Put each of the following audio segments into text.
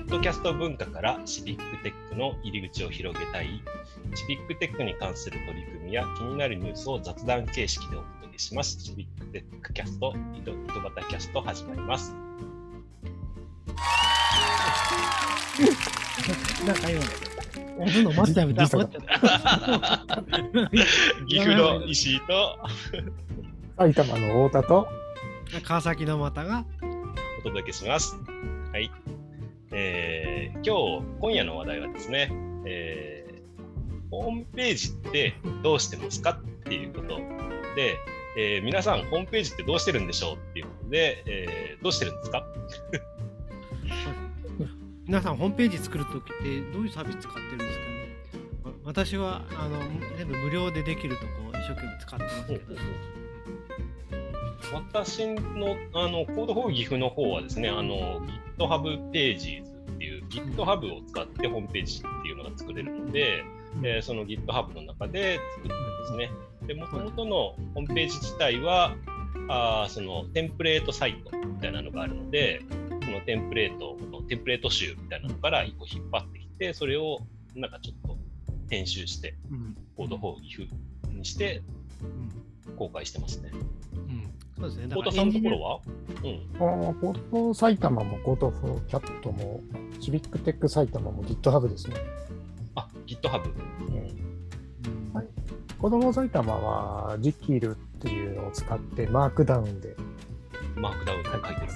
ッドキャスト文化からシビックテックの入り口を広げたい、シビックテックに関する取り組みや気になるニュースを雑談形式でお届けします。シビックテックキャスト、井戸端キャスト始まります。 なんか今押すの待っちゃうみたいな。 岐阜の石井と埼玉の太田と川崎の又がお届けします。はい。今夜の話題はですね、ホームページってどうしてますかっていうことで、皆さんホームページってどうしてるんでしょうっていうことで、どうしてるんですか？ 皆さんホームページ作るときってどういうサービス使ってるんですかね。私は全部無料でできるとこ一生懸命使ってますけど。 私のコードフォー岐阜の方はですね、GitHub ページズっていう GitHub を使ってホームページっていうのが作れるので、その GitHub の中で作ってるんですね。で、元々のホームページ自体はそのテンプレートサイトみたいなのがあるので、そのテンプレート集みたいなのから1個引っ張ってきて、それをなんかちょっと編集して、コードフォー岐阜にして公開してますね。 そうですね。 太田さんのところは？ コードフォー埼玉もコードフォーキャットもシビックテック埼玉も GitHub ですね。 GitHub。 はい。コードフォー埼玉はジキルっていうのを使ってマークダウンで書いてる。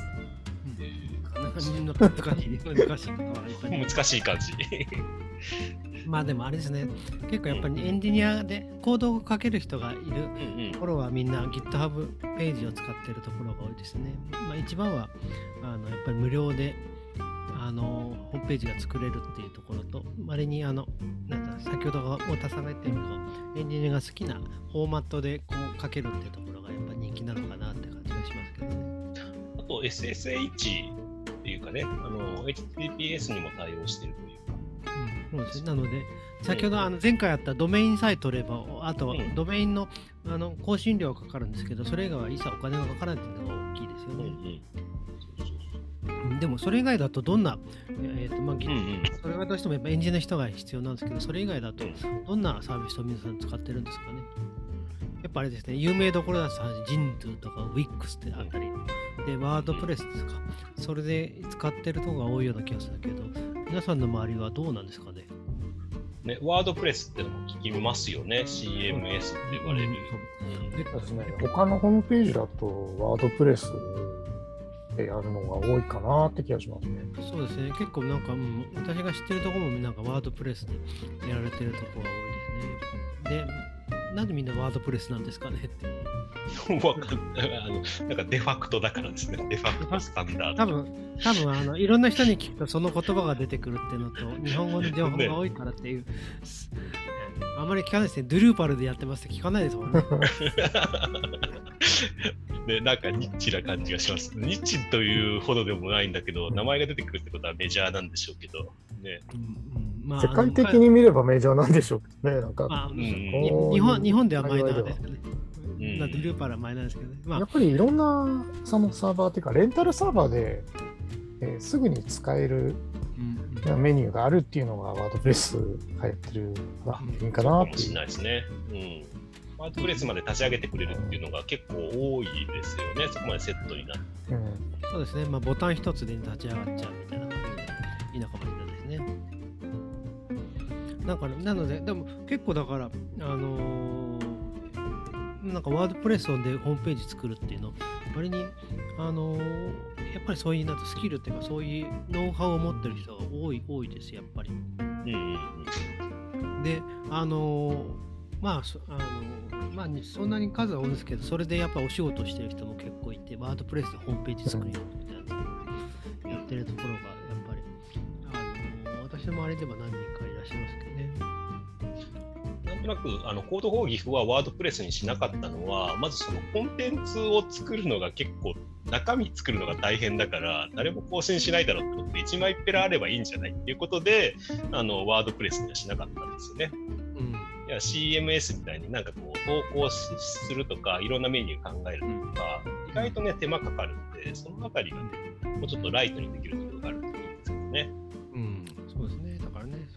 難しい感じ。 まあでもあれですね、結構やっぱりエンジニアでコードを書ける人がいるところはみんな GitHub ページを使っているところが多いですね。まあ一番はやっぱり無料でホームページが作れるっていうところと、まれになんだ先ほど太田さんが言ったようにエンジニアが好きなフォーマットでこう書けるっていうところがやっぱり人気なのかなって感じがしますけどね。あと SSH っていうかね、HTTPS にも対応しているというか。 そうですね。なので、先ほど前回あったドメインさえ取れば、あとはドメインの更新料がかかるんですけど、それ以外は一切お金がかからないっていうのが大きいですよね。でもそれ以外だとどんな、それがどうしてもやっぱエンジニアの人が必要なんですけど、それ以外だとどんなサービスを皆さん使ってるんですかね。やっぱあれですね、有名どころだとジンドゥとか Wix ってあったり、で、ワードプレスですか。それで使ってるところが多いような気がするけど、皆さんの周りはどうなんですかね。 ね、ワードプレスってのも聞きますよね。CMS って言われる。 他のホームページだとワードプレスでやるのが多いかなって気がしますね。 そうですね。結構なんか、私が知ってるところもなんかワードプレスでやられてるところが多いですね。で、なんでみんなワードプレスなんですかねって。 なんかデファクトだからですね。デファクトスタンダード。 多分いろんな人に聞くとその言葉が出てくるっていうのと、日本語の情報が多いからっていう、あまり聞かないですね。ドゥルーパルでやってますって聞かないですもんね。 で、なんかニッチな感じがします。ニッチというほどでもないんだけど、名前が出てくるってことはメジャーなんでしょうけど、ね。 世界的に見ればメジャーなんでしょうけどね。なんか日本ではマイナーですけどね。ドゥルーパルはマイナーですけどね。 やっぱりいろんなそのサーバーというか、レンタルサーバーで、すぐに使えるメニューがあるっていうのがワードプレスがやってるからいいかなっていう。かもしれないですね。ワードプレスまで立ち上げてくれるっていうのが結構多いですよね。そこまでセットになって。 そうですね。ボタン一つで立ち上がっちゃうみたいな感じでいいのかもしれないですね。なので、でも結構だから、なんかワードプレスでホームページ作るっていうの割にやっぱりそういうなんてスキルっていうかそういうノウハウを持ってる人が多いですやっぱり。でそんなに数は多いんですけど、それでやっぱお仕事をしてる人も結構いて、ワードプレスでホームページ作るよみたいなやってるところがやっぱり私の周りでは何人かいらっしゃいますけどね。 なんとなくコードフォー岐阜はワードプレスにしなかったのは、まずそのコンテンツを作るのが結構中身作るのが大変だから誰も更新しないだろうってことで1枚っぺらあればいいんじゃないっていうことでワードプレスにはしなかったんですよね。いや CMS みたいになんかこう投稿するとかいろんなメニュー考えるとか意外とね手間かかるんで、そのあたりがねもうちょっとライトにできるところがあるといいんですけどね。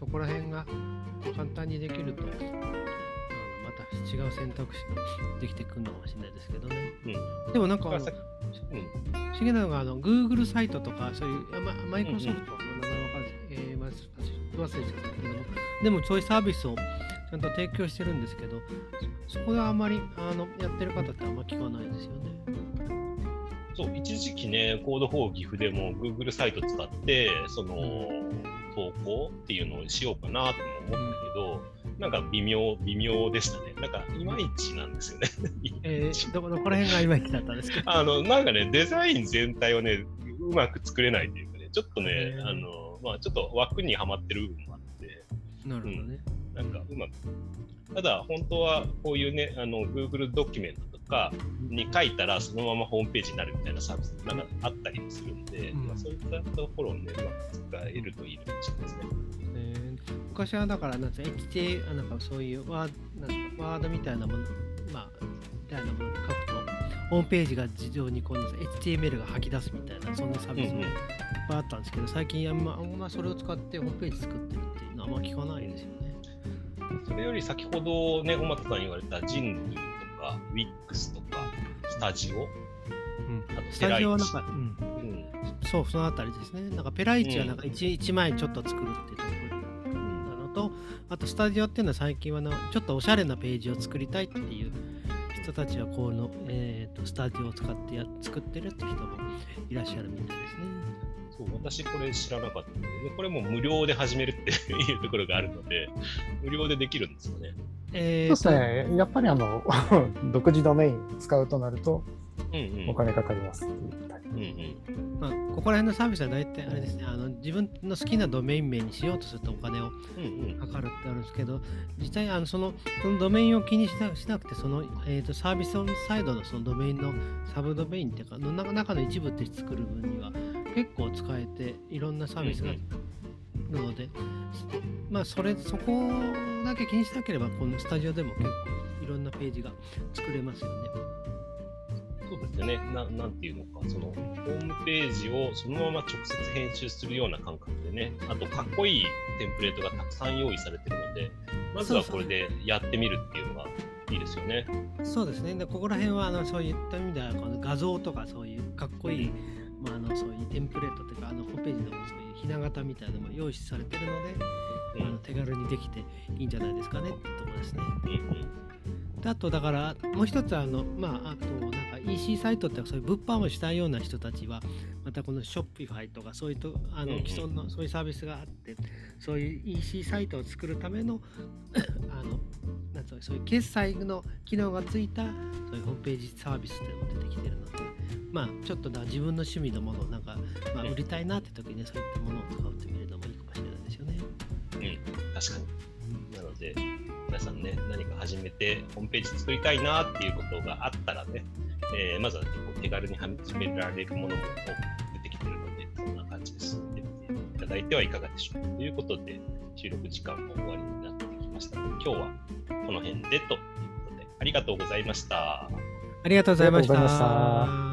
そこら辺が簡単にできると、また違う選択肢ができてくるのかもしれないですけどね。でもなんか、不思議なのが、Google サイトとか、そういうマイクロソフトの名前わかんないです。忘れちゃったけども、でもそういうサービスをちゃんと提供してるんですけど、そこであんまりやってる方ってあんま聞かないですよね。 そう、一時期ね、コードフォー岐阜でも Google サイト使って、その、投稿っていうのをしようかなとも思ったけど、なんか微妙でしたね。なんかいまいちなんですよね。 どこら辺がいまいちだったんですか？ なんかね、デザイン全体をね、うまく作れないというかね、ちょっとね、ちょっと枠にはまってる部分もあって、 なるほどね。 なんかうまく。ただ、本当はこういうね、Google ドキュメントとかに書いたら、そのままホームページになるみたいなサービスなんかあったりもするんで、そういったところをね、うまく使えるといいのかもしれないですね。 昔はだから、なんかそういうワードみたいなもの、みたいなもので書くと、ホームページが自動にHTML が吐き出すみたいな、そんなサービスもいっぱいあったんですけど、最近それを使ってホームページ作ってるっていうのはあんま聞かないですよね。 それより先ほどね、小松さん言われたジングルとか、Wix とか、スタジオ、あとスタジオはなんか、そう、そのあたりですね。なんかペライチはなんか1枚ちょっと作るっていうところなのと、あとスタジオっていうのは最近はちょっとおしゃれなページを作りたいっていう人たちはこの、スタジオを使って作ってるっていう人もいらっしゃるみたいですね。 そう、私これ知らなかったので、これも無料で始めるっていうところがあるので、無料でできるんですよね。 そうですね。やっぱり独自ドメイン使うとなると、お金かかりますっていうタイプ。 ここら辺のサービスは大体あれですね、自分の好きなドメイン名にしようとするとお金をかかるってあるんですけど、実際そのドメインを気にしなくて、その、サービスサイドのそのドメインのサブドメインっていうか、中の一部って作る分には結構使えて、いろんなサービスがあるので、そこだけ気にしなければ、このスタジオでも結構いろんなページが作れますよね。 そうですね。なんていうのか、そのホームページをそのまま直接編集するような感覚でね、あとかっこいいテンプレートがたくさん用意されているので、まずはこれでやってみるっていうのがいいですよね。 そうですね。でここら辺はそういった意味ではこの画像とかそういうかっこいい、そういうテンプレートというかホームページでもそういうひな形みたいなのも用意されているので、手軽にできていいんじゃないですかねってところですね。であとだからもう一つあとなんか EC サイトってそういう物販をしたいような人たちはまたこの Shopify とかそういう既存のそういうサービスがあって、そういう EC サイトを作るためのそういう決済の機能がついたそういうホームページサービスっていうのも出てきてるので、ちょっと自分の趣味のものをなんか、売りたいなって時にそういったものを使ってみるのもいいかもしれないですよね。 確かに。なので皆さんね、何か始めてホームページ作りたいなっていうことがあったらね、まずは結構手軽に始められるものも出てきてるので、そんな感じで進んでみていただいてはいかがでしょうかということで、収録時間も終わりになってきましたので、今日はこの辺でということで、ありがとうございました。 ありがとうございました。